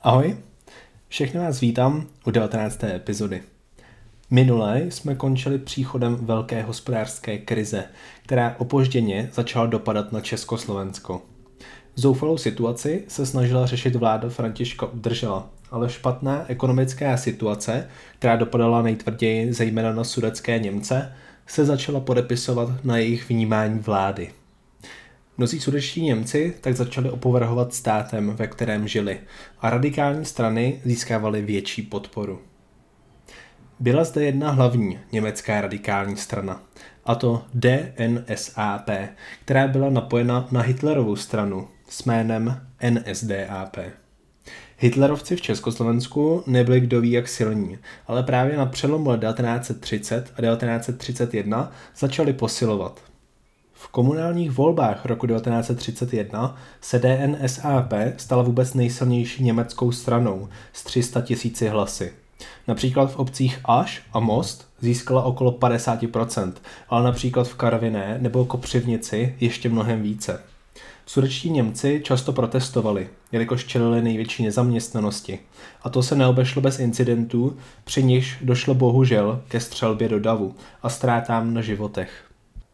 Ahoj, všechny vás vítám u 19. epizody. Minule jsme končili příchodem velké hospodářské krize, která opožděně začala dopadat na Československo. Zoufalou situaci se snažila řešit vláda Františka Udržela, ale špatná ekonomická situace, která dopadala nejtvrději zejména na sudetské Němce, se začala podepisovat na jejich vnímání vlády. Mnozí sudetští Němci tak začali opovrhovat státem, ve kterém žili, a radikální strany získávaly větší podporu. Byla zde jedna hlavní německá radikální strana, a to DNSAP, která byla napojena na Hitlerovu stranu s jménem NSDAP. Hitlerovci v Československu nebyli kdo ví jak silní, ale právě na přelomu let 1930 a 1931 začali posilovat. V komunálních volbách roku 1931 se DNSAP stala vůbec nejsilnější německou stranou s 300 000 hlasy. Například v obcích Aš a Most získala okolo 50%, ale například v Karviné nebo Kopřivnici ještě mnohem více. Sudetští Němci často protestovali, jelikož čelili největší nezaměstnanosti. A to se neobešlo bez incidentů, při nichž došlo bohužel ke střelbě do davu a ztrátám na životech.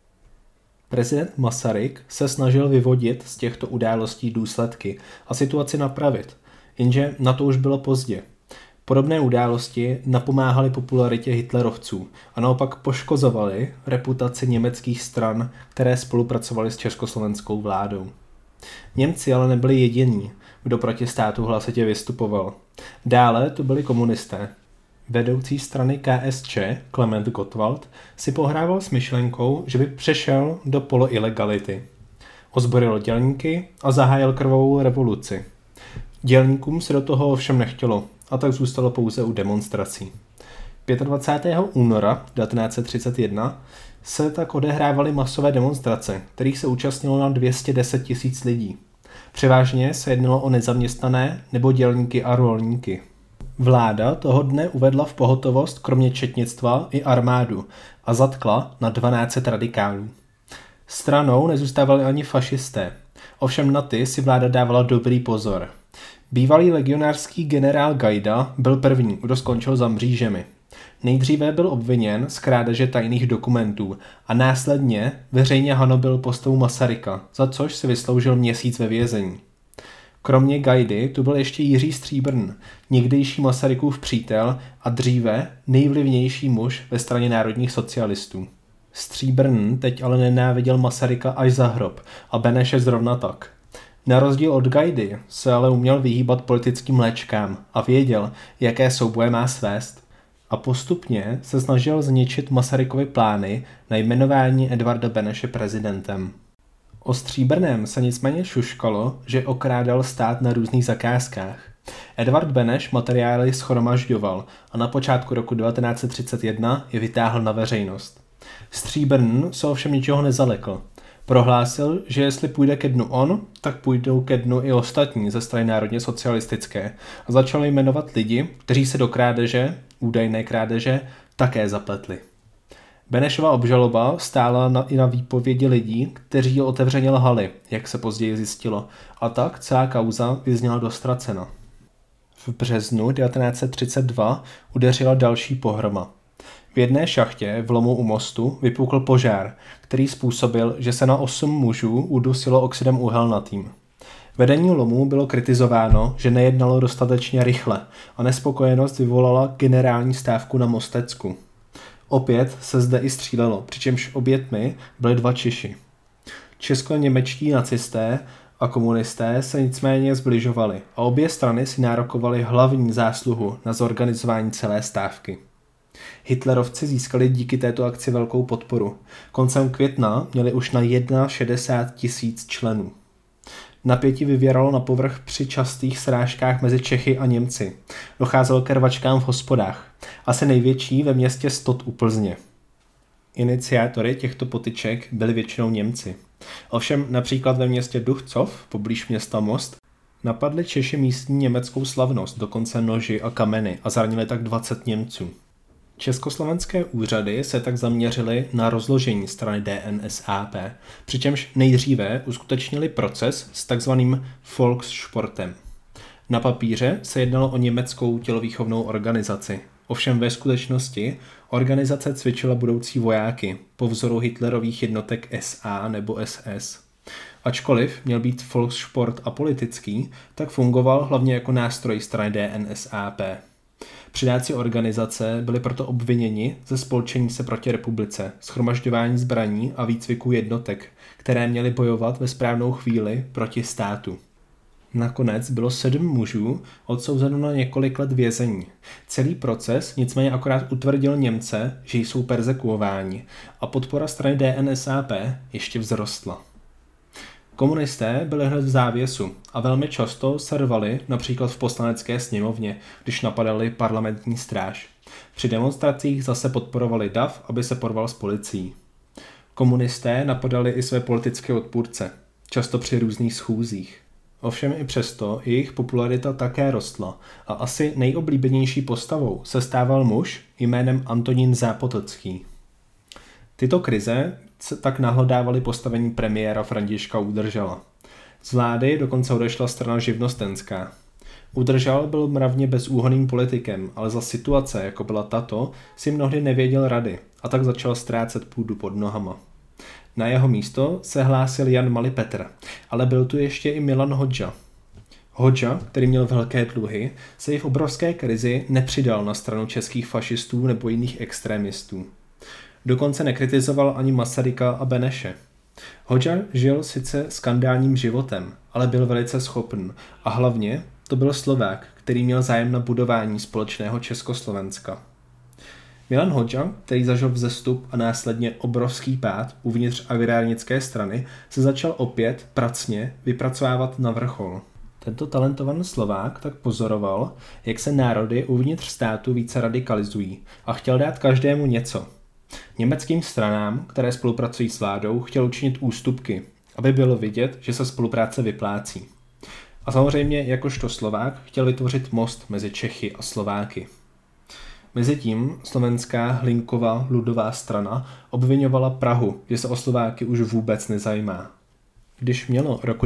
Prezident Masaryk se snažil vyvodit z těchto událostí důsledky a situaci napravit, jenže na to už bylo pozdě. Podobné události napomáhaly popularitě hitlerovců a naopak poškozovaly reputaci německých stran, které spolupracovaly s československou vládou. Němci ale nebyli jediní, kdo proti státu hlasitě vystupoval. Dále to byli komunisté. Vedoucí strany KSČ, Klement Gottwald, si pohrával s myšlenkou, že by přešel do poloilegality. Ozbrojil dělníky a zahájil krvavou revoluci. Dělníkům se do toho ovšem nechtělo a tak zůstalo pouze u demonstrací. 25. února 1931 se tak odehrávaly masové demonstrace, kterých se účastnilo na 210 000 lidí. Převážně se jednalo o nezaměstnané nebo dělníky a rolníky. Vláda toho dne uvedla v pohotovost kromě četnictva i armádu a zatkla na 12 radikálů. Stranou nezůstávali ani fašisté, ovšem na ty si vláda dávala dobrý pozor. Bývalý legionářský generál Gajda byl první, kdo skončil za mřížemi. Nejdříve byl obviněn z krádeže tajných dokumentů a následně veřejně hanobil postavu Masaryka, za což si vysloužil měsíc ve vězení. Kromě Gajdy tu byl ještě Jiří Stříbrn, někdejší Masarykův přítel a dříve nejvlivnější muž ve straně národních socialistů. Stříbrn teď ale nenáviděl Masaryka až za hrob a Beneše zrovna tak. Na rozdíl od Gajdy se ale uměl vyhýbat politickým léčkám a věděl, jaké souboje má svést. A postupně se snažil zničit Masarykovy plány na jmenování Edvarda Beneše prezidentem. O Stříbrném se nicméně šuškalo, že okrádal stát na různých zakázkách. Edvard Beneš materiály shromažďoval a na počátku roku 1931 je vytáhl na veřejnost. Stříbrn se ovšem ničeho nezalekl. Prohlásil, že jestli půjde ke dnu on, tak půjdou ke dnu i ostatní ze strany národně socialistické a začal jmenovat lidi, kteří se do krádeže, údajné krádeže, také zapletli. Benešova obžaloba stála i na výpovědi lidí, kteří ji otevřeně lhali, jak se později zjistilo, a tak celá kauza vyzněla dostracena. V březnu 1932 udeřila další pohroma. V jedné šachtě v lomu u mostu vypukl požár, který způsobil, že se na 8 mužů udusilo oxidem uhelnatým. Vedení lomu bylo kritizováno, že nejednalo dostatečně rychle a nespokojenost vyvolala generální stávku na Mostecku. Opět se zde i střílelo, přičemž oběťmi byli 2 Češi. Česko-němečtí nacisté a komunisté se nicméně zbližovali a obě strany si nárokovaly hlavní zásluhu na zorganizování celé stávky. Hitlerovci získali díky této akci velkou podporu. Koncem května měli už na 61 000 členů. Napětí vyvěralo na povrch při častých srážkách mezi Čechy a Němci. Docházelo ke rvačkám v hospodách. Asi největší ve městě Stott u Plzně. Iniciátory těchto potyček byli většinou Němci. Ovšem například ve městě Duchcov, poblíž města Most, napadli Češi místní německou slavnost, dokonce noži a kameny a zranili tak 20 Němců. Československé úřady se tak zaměřily na rozložení strany DNSAP, přičemž nejdříve uskutečnili proces s takzvaným Volkssportem. Na papíře se jednalo o německou tělovýchovnou organizaci. Ovšem ve skutečnosti organizace cvičila budoucí vojáky po vzoru Hitlerových jednotek SA nebo SS. Ačkoliv měl být Volkssport apolitický, tak fungoval hlavně jako nástroj strany DNSAP. Předáci organizace byli proto obviněni ze spolčení se proti republice, shromažďování zbraní a výcviku jednotek, které měly bojovat ve správnou chvíli proti státu. Nakonec bylo 7 mužů odsouzeno na několik let vězení. Celý proces nicméně akorát utvrdil Němce, že jsou perzekuováni a podpora strany DNSAP ještě vzrostla. Komunisté byli hned v závěsu a velmi často se rvali například v poslanecké sněmovně, když napadali parlamentní stráž. Při demonstracích zase podporovali DAF, aby se porval s policií. Komunisté napadali i své politické odpůrce, často při různých schůzích. Ovšem i přesto jejich popularita také rostla a asi nejoblíbenější postavou se stával muž jménem Antonín Zápotocký. Tyto krize se tak nahlodávali postavení premiéra Františka Udržela. Z vlády dokonce odešla strana živnostenská. Udržel byl mravně bezúhonným politikem, ale za situace, jako byla tato, si mnohdy nevěděl rady a tak začal ztrácet půdu pod nohama. Na jeho místo se hlásil Jan Malý Petr, ale byl tu ještě i Milan Hodža. Hodža, který měl velké dluhy, se i v obrovské krizi nepřidal na stranu českých fašistů nebo jiných extrémistů. Dokonce nekritizoval ani Masaryka a Beneše. Hodža žil sice skandálním životem, ale byl velice schopný a hlavně to byl Slovák, který měl zájem na budování společného Československa. Milan Hodža, který zažil vzestup a následně obrovský pád uvnitř agrárnické strany, se začal opět pracně vypracovávat na vrchol. Tento talentovaný Slovák tak pozoroval, jak se národy uvnitř státu více radikalizují a chtěl dát každému něco. Německým stranám, které spolupracují s vládou, chtěl učinit ústupky, aby bylo vidět, že se spolupráce vyplácí. A samozřejmě, jakožto Slovák, chtěl vytvořit most mezi Čechy a Slováky. Mezitím slovenská Hlinkova ludová strana obvinovala Prahu, že se o Slováky už vůbec nezajímá. Když mělo roku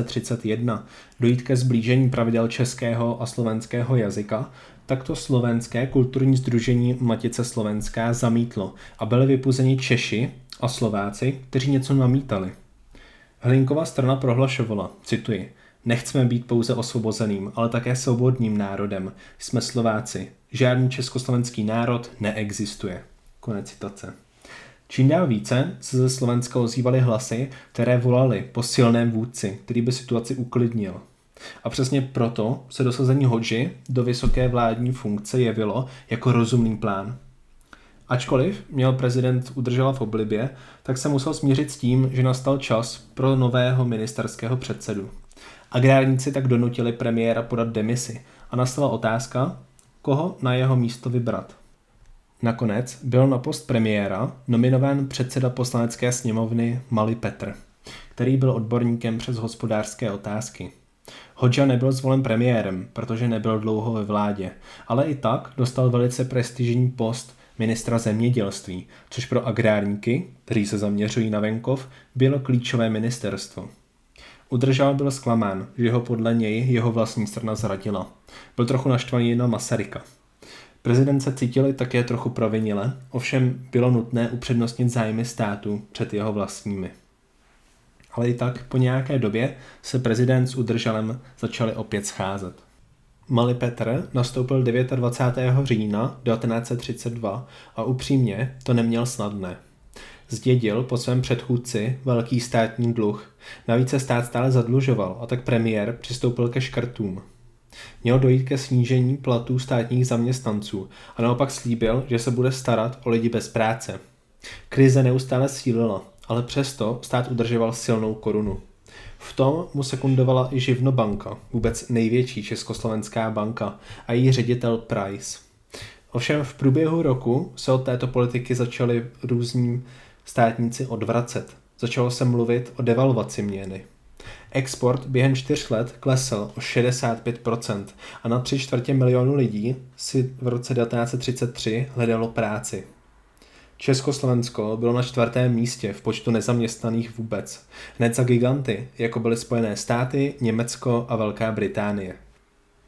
1931 dojít ke sblížení pravidel českého a slovenského jazyka, tak to slovenské kulturní sdružení Matice slovenská zamítlo a byli vypuzeni Češi a Slováci, kteří něco namítali. Hlinkova strana prohlašovala, cituji, nechceme být pouze osvobozeným, ale také svobodným národem. Jsme Slováci. Žádný československý národ neexistuje. Konec citace. Čím dál více se ze Slovenska ozývaly hlasy, které volaly po silném vůdci, který by situaci uklidnil. A přesně proto se dosazení Hodži do vysoké vládní funkce jevilo jako rozumný plán. Ačkoliv měl prezident Udržela v oblibě, tak se musel smířit s tím, že nastal čas pro nového ministerského předsedu. Agrárníci tak donutili premiéra podat demisi a nastala otázka, koho na jeho místo vybrat. Nakonec byl na post premiéra nominován předseda poslanecké sněmovny Malý Petr, který byl odborníkem přes hospodářské otázky. Hodža nebyl zvolen premiérem, protože nebyl dlouho ve vládě, ale i tak dostal velice prestižní post ministra zemědělství, což pro agrárníky, kteří se zaměřují na venkov, bylo klíčové ministerstvo. Udržel byl zklamán, že ho podle něj jeho vlastní strana zradila. Byl trochu naštvaný na Masaryka. Prezident se cítil také trochu provinile, ovšem bylo nutné upřednostnit zájmy státu před jeho vlastními. Ale i tak po nějaké době se prezident s Udrželem začali opět scházet. Malý Petr nastoupil 29. října 1932 a upřímně to neměl snadné. Zdědil po svém předchůdci velký státní dluh. Navíc se stát stále zadlužoval a tak premiér přistoupil ke škrtům. Mělo dojít ke snížení platů státních zaměstnanců a naopak slíbil, že se bude starat o lidi bez práce. Krize neustále sílila, ale přesto stát udržoval silnou korunu. V tom mu sekundovala i Živnobanka, vůbec největší československá banka, a její ředitel Price. Ovšem v průběhu roku se od této politiky začali různí státníci odvracet. Začalo se mluvit o devalvaci měny. Export během 4 let klesl o 65% a na 3/4 milionu lidí si v roce 1933 hledalo práci. Československo bylo na 4. místě v počtu nezaměstnaných vůbec, hned za giganty, jako byly Spojené státy, Německo a Velká Británie.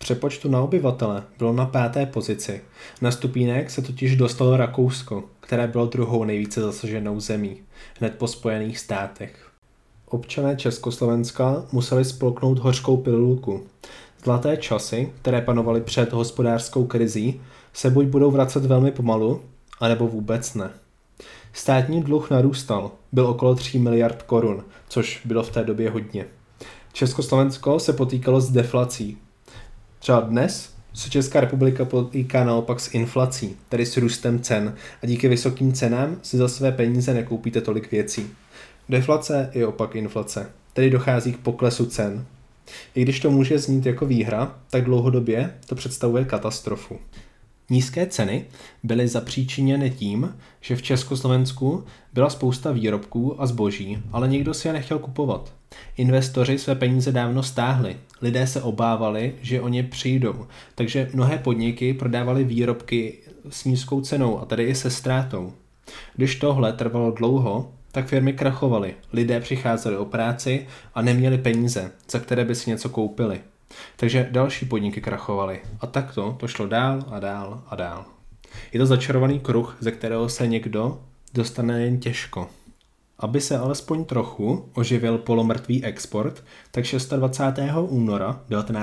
přepočtu na obyvatele bylo na 5. pozici. Na stupínek se totiž dostalo Rakousko, které bylo druhou nejvíce zasaženou zemí, hned po Spojených státech. Občané Československa museli spolknout hořkou pilulku. Zlaté časy, které panovaly před hospodářskou krizí, se buď budou vracet velmi pomalu, anebo vůbec ne. Státní dluh narůstal, byl okolo 3 miliard korun, což bylo v té době hodně. Československo se potýkalo s deflací. Třeba dnes se Česká republika potýká naopak s inflací, tedy s růstem cen, a díky vysokým cenám si za své peníze nekoupíte tolik věcí. Deflace je opak inflace, tedy dochází k poklesu cen. I když to může znít jako výhra, tak dlouhodobě to představuje katastrofu. Nízké ceny byly zapříčiněny tím, že v Československu byla spousta výrobků a zboží, ale nikdo si je nechtěl kupovat. Investoři své peníze dávno stáhli, lidé se obávali, že o ně přijdou, takže mnohé podniky prodávaly výrobky s nízkou cenou a tedy i se ztrátou. Když tohle trvalo dlouho, tak firmy krachovaly, lidé přicházeli o práci a neměli peníze, za které by si něco koupili. Takže další podniky krachovaly a takto to šlo dál a dál a dál. Je to začarovaný kruh, ze kterého se někdo dostane jen těžko. Aby se alespoň trochu oživil polomrtvý export, tak 26. února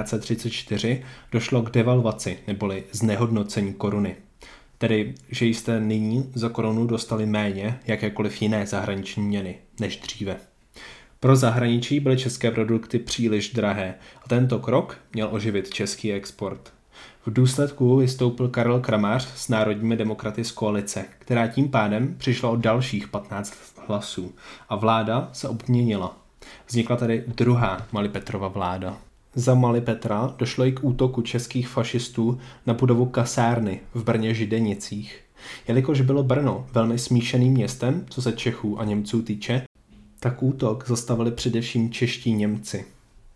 1934 došlo k devalvaci neboli znehodnocení koruny. Tedy, že jste nyní za korunu dostali méně jakékoliv jiné zahraniční měny než dříve. Pro zahraničí byly české produkty příliš drahé a tento krok měl oživit český export. V důsledku vystoupil Karel Kramář s národními demokraty z koalice, která tím pádem přišla o dalších 15 hlasů a vláda se obměnila. Vznikla tedy druhá Malipetrova vláda. Za Malipetra došlo i k útoku českých fašistů na budovu kasárny v Brně Židenicích. Jelikož bylo Brno velmi smíšeným městem, co se Čechů a Němců týče, tak útok zastavili především čeští Němci.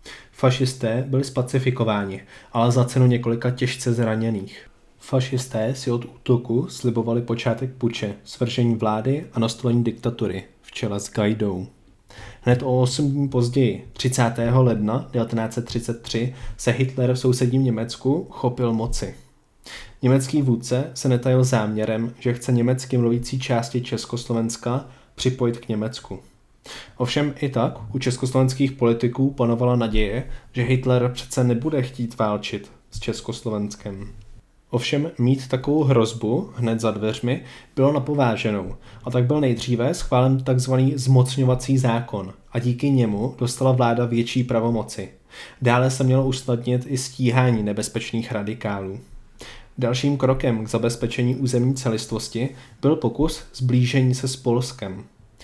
Fašisté byli spacifikováni, ale za cenu několika těžce zraněných. Fašisté si od útoku slibovali počátek puče, svržení vlády a nastolení diktatury v čele s Gajdou. Hned o 8 dní později, 30. ledna 1933, se Hitler v sousedním Německu chopil moci. Německý vůdce se netajil záměrem, že chce německy mluvící části Československa připojit k Německu. Ovšem i tak u československých politiků panovala naděje, že Hitler přece nebude chtít válčit s Československem. Ovšem mít takovou hrozbu hned za dveřmi bylo napováženou a tak byl nejdříve schválen tzv. Zmocňovací zákon a díky němu dostala vláda větší pravomoci. Dále se mělo usnadnit i stíhání nebezpečných radikálů. Dalším krokem k zabezpečení územní celistvosti byl pokus sblížení se s Polskem.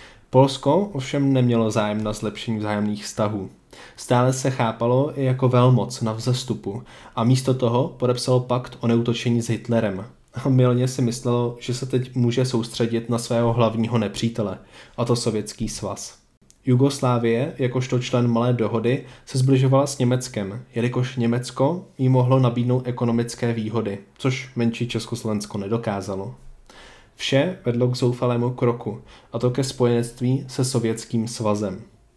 Polsko ovšem nemělo zájem na zlepšení vzájemných vztahů. Stále se chápalo i jako velmoc na vzestupu a místo toho podepsalo pakt o neútočení s Hitlerem. A mylně si myslelo, že se teď může soustředit na svého hlavního nepřítele, a to Sovětský svaz. Jugoslávie, jakožto člen Malé dohody, se zbližovala s Německem, jelikož Německo jí mohlo nabídnout ekonomické výhody, což menší Československo nedokázalo. Vše vedlo k zoufalému kroku, a to ke spojenectví se Sovětským svazem.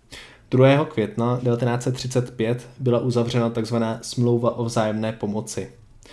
2. května 1935 byla uzavřena tzv. Smlouva o vzájemné pomoci.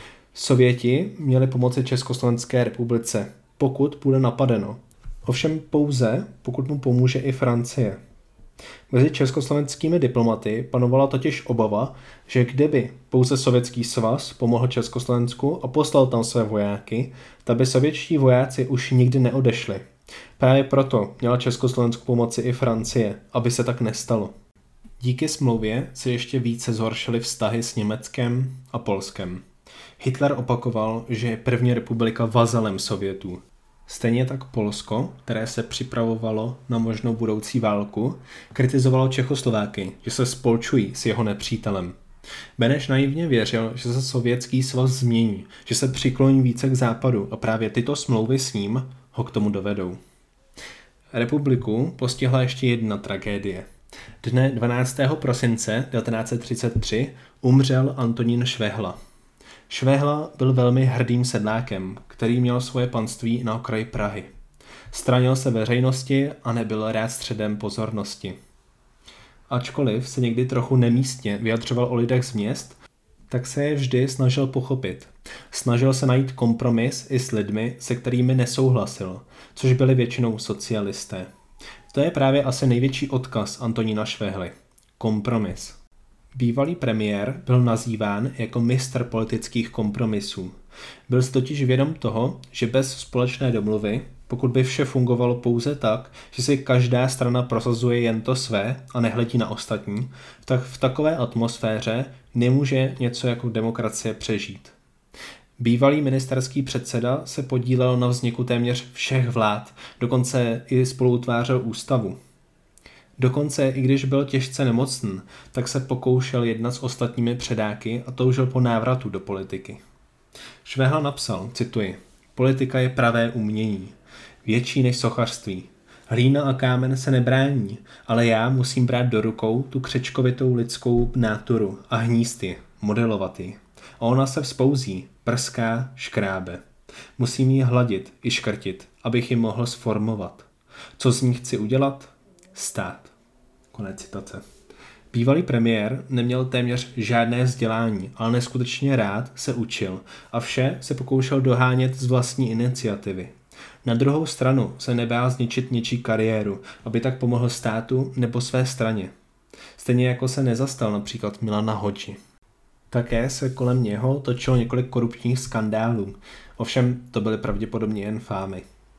Sověti měli pomoci Československé republice, pokud bude napadeno. Ovšem pouze, pokud mu pomůže i Francie. Mezi československými diplomaty panovala totiž obava, že kdyby pouze Sovětský svaz pomohl Československu a poslal tam své vojáky, tak by sovětští vojáci už nikdy neodešli. Právě proto měla Československu pomoci i Francie, aby se tak nestalo. Díky smlouvě se ještě více zhoršily vztahy s Německem a Polskem. Hitler opakoval, že je první republika vazalem Sovětů. Stejně tak Polsko, které se připravovalo na možnou budoucí válku, kritizovalo Čechoslováky, že se spolčují s jeho nepřítelem. Beneš naivně věřil, že se Sovětský svaz změní, že se přikloní více k západu a právě tyto smlouvy s ním ho k tomu dovedou. Republiku postihla ještě jedna tragédie. Dne 12. prosince 1933 umřel Antonín Švehla. Švehla byl velmi hrdým sedlákem, který měl svoje panství na okraji Prahy. Stranil se veřejnosti a nebyl rád středem pozornosti. Ačkoliv se někdy trochu nemístně vyjadřoval o lidech z měst, tak se je vždy snažil pochopit. Snažil se najít kompromis i s lidmi, se kterými nesouhlasil, což byli většinou socialisté. To je právě asi největší odkaz Antonína Švehly. Kompromis. Bývalý premiér byl nazýván jako mistr politických kompromisů. Byl si totiž vědom toho, že bez společné domluvy, pokud by vše fungovalo pouze tak, že si každá strana prosazuje jen to své a nehledí na ostatní, tak v takové atmosféře nemůže něco jako demokracie přežít. Bývalý ministerský předseda se podílel na vzniku téměř všech vlád, dokonce i spoluutvářel ústavu. Dokonce i když byl těžce nemocný, tak se pokoušel jednat s ostatními předáky a toužil po návratu do politiky. Švehla napsal, cituji, politika je pravé umění, větší než sochařství. Hlína a kámen se nebrání, ale já musím brát do rukou tu křečkovitou lidskou náturu a hnízd ji, modelovat ji. A ona se vzpouzí, prská, škrábe. Musím ji hladit i škrtit, abych ji mohl sformovat. Co z ní chci udělat? Stát. Konec citace. Bývalý premiér neměl téměř žádné vzdělání, ale neskutečně rád se učil a vše se pokoušel dohánět z vlastní iniciativy. Na druhou stranu se nebál zničit něčí kariéru, aby tak pomohl státu nebo své straně. Stejně jako se nezastal například Milana Hodži. Také se kolem něho točilo několik korupčních skandálů, ovšem to byly pravděpodobně jen fámy.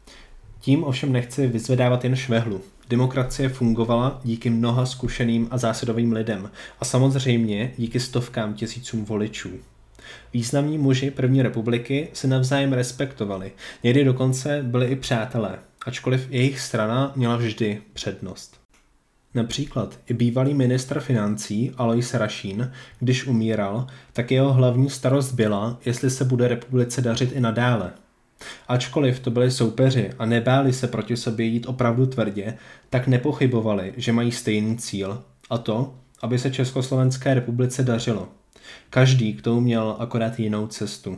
Tím ovšem nechci vyzvedávat jen Švehlu. Demokracie fungovala díky mnoha zkušeným a zásadovým lidem a samozřejmě díky stovkám tisícům voličů. Významní muži první republiky se navzájem respektovali, někdy dokonce byli i přátelé, ačkoliv jejich strana měla vždy přednost. Například i bývalý ministr financí Alois Rašín, když umíral, tak jeho hlavní starost byla, jestli se bude republice dařit i nadále. Ačkoliv to byli soupeři a nebáli se proti sobě jít opravdu tvrdě, tak nepochybovali, že mají stejný cíl, a to, aby se Československé republice dařilo. Každý k tomu měl akorát jinou cestu.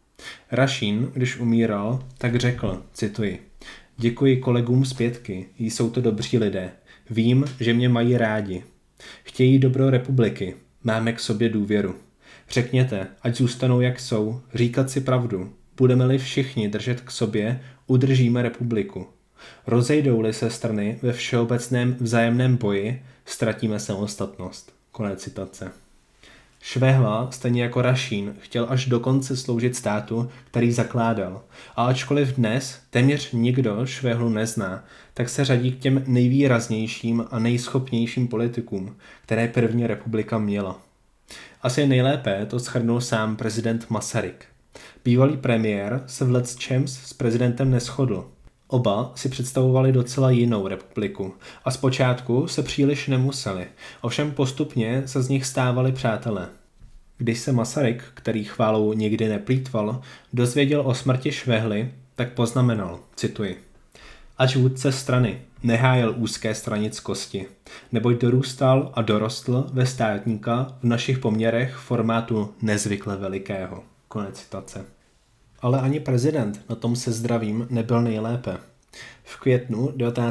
Rašín, když umíral, tak řekl, cituji, děkuji kolegům z Pětky, jsou to dobří lidé. Vím, že mě mají rádi. Chtějí dobro republiky, máme k sobě důvěru. Řekněte, ať zůstanou jak jsou, říkat si pravdu. Budeme-li všichni držet k sobě, udržíme republiku. Rozejdou-li se strany ve všeobecném vzájemném boji, ztratíme samostatnost. Konec citace. Švehla, stejně jako Rašín, chtěl až do konce sloužit státu, který zakládal. A ačkoliv dnes téměř nikdo Švehlu nezná, tak se řadí k těm nejvýraznějším a nejschopnějším politikům, které první republika měla. Asi nejlépe to shrnul sám prezident Masaryk. Bývalý premiér se v lecčems s prezidentem neshodl. Oba si představovali docela jinou republiku a zpočátku se příliš nemuseli, ovšem postupně se z nich stávali přátelé. Když se Masaryk, který chválou nikdy neplýtval, dozvěděl o smrti Švehly, tak poznamenal, cituji, ať vůdce strany nehájel úzké stranickosti, neboť dorůstal a dorostl ve státníka v našich poměrech formátu nezvykle velikého. Konec citace. Ale ani prezident na tom se zdravím nebyl nejlépe. V květnu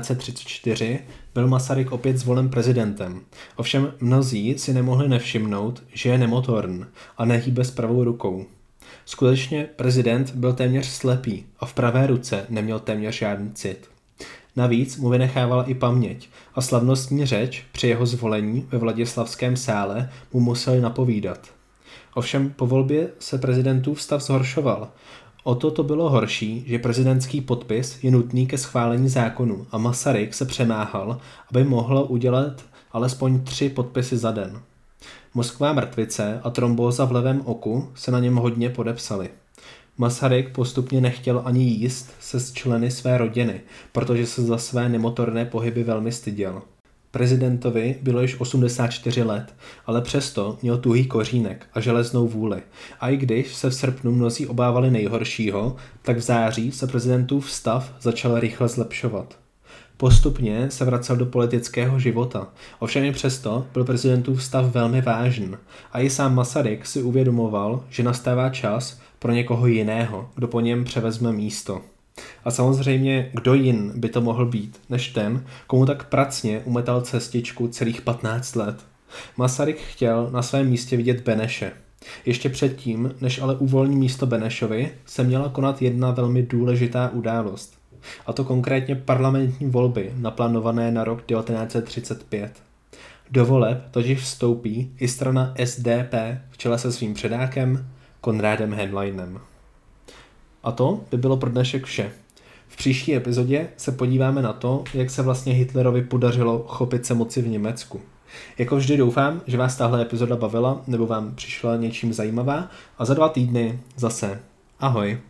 1934 byl Masaryk opět zvolen prezidentem. Ovšem mnozí si nemohli nevšimnout, že je nemotorn a nehýbe s pravou rukou. Skutečně prezident byl téměř slepý a v pravé ruce neměl téměř žádný cit. Navíc mu vynechávala i paměť a slavnostní řeč při jeho zvolení ve Vladislavském sále mu museli napovídat. Ovšem po volbě se prezidentův stav zhoršoval. O to bylo horší, že prezidentský podpis je nutný ke schválení zákonu a Masaryk se přemáhal, aby mohl udělat alespoň 3 podpisy za den. Mozková mrtvice a trombóza v levém oku se na něm hodně podepsaly. Masaryk postupně nechtěl ani jíst se s členy své rodiny, protože se za své nemotorné pohyby velmi styděl. Prezidentovi bylo již 84 let, ale přesto měl tuhý kořínek a železnou vůli. A i když se v srpnu mnozí obávali nejhoršího, tak v září se prezidentův stav začal rychle zlepšovat. Postupně se vracel do politického života, ovšem i přesto byl prezidentův stav velmi vážný a i sám Masaryk si uvědomoval, že nastává čas pro někoho jiného, kdo po něm převezme místo. A samozřejmě, kdo jin by to mohl být, než ten, komu tak pracně umetal cestičku celých 15 let. Masaryk chtěl na svém místě vidět Beneše. Ještě předtím, než ale uvolní místo Benešovi, se měla konat jedna velmi důležitá událost. A to konkrétně parlamentní volby, naplánované na rok 1935. Do voleb totiž vstoupí i strana SDP v čele se svým předákem Konrádem Henleinem. A to by bylo pro dnešek vše. V příští epizodě se podíváme na to, jak se vlastně Hitlerovi podařilo chopit se moci v Německu. Jako vždy doufám, že vás tahle epizoda bavila nebo vám přišla něčím zajímavá a za 2 týdny zase. Ahoj.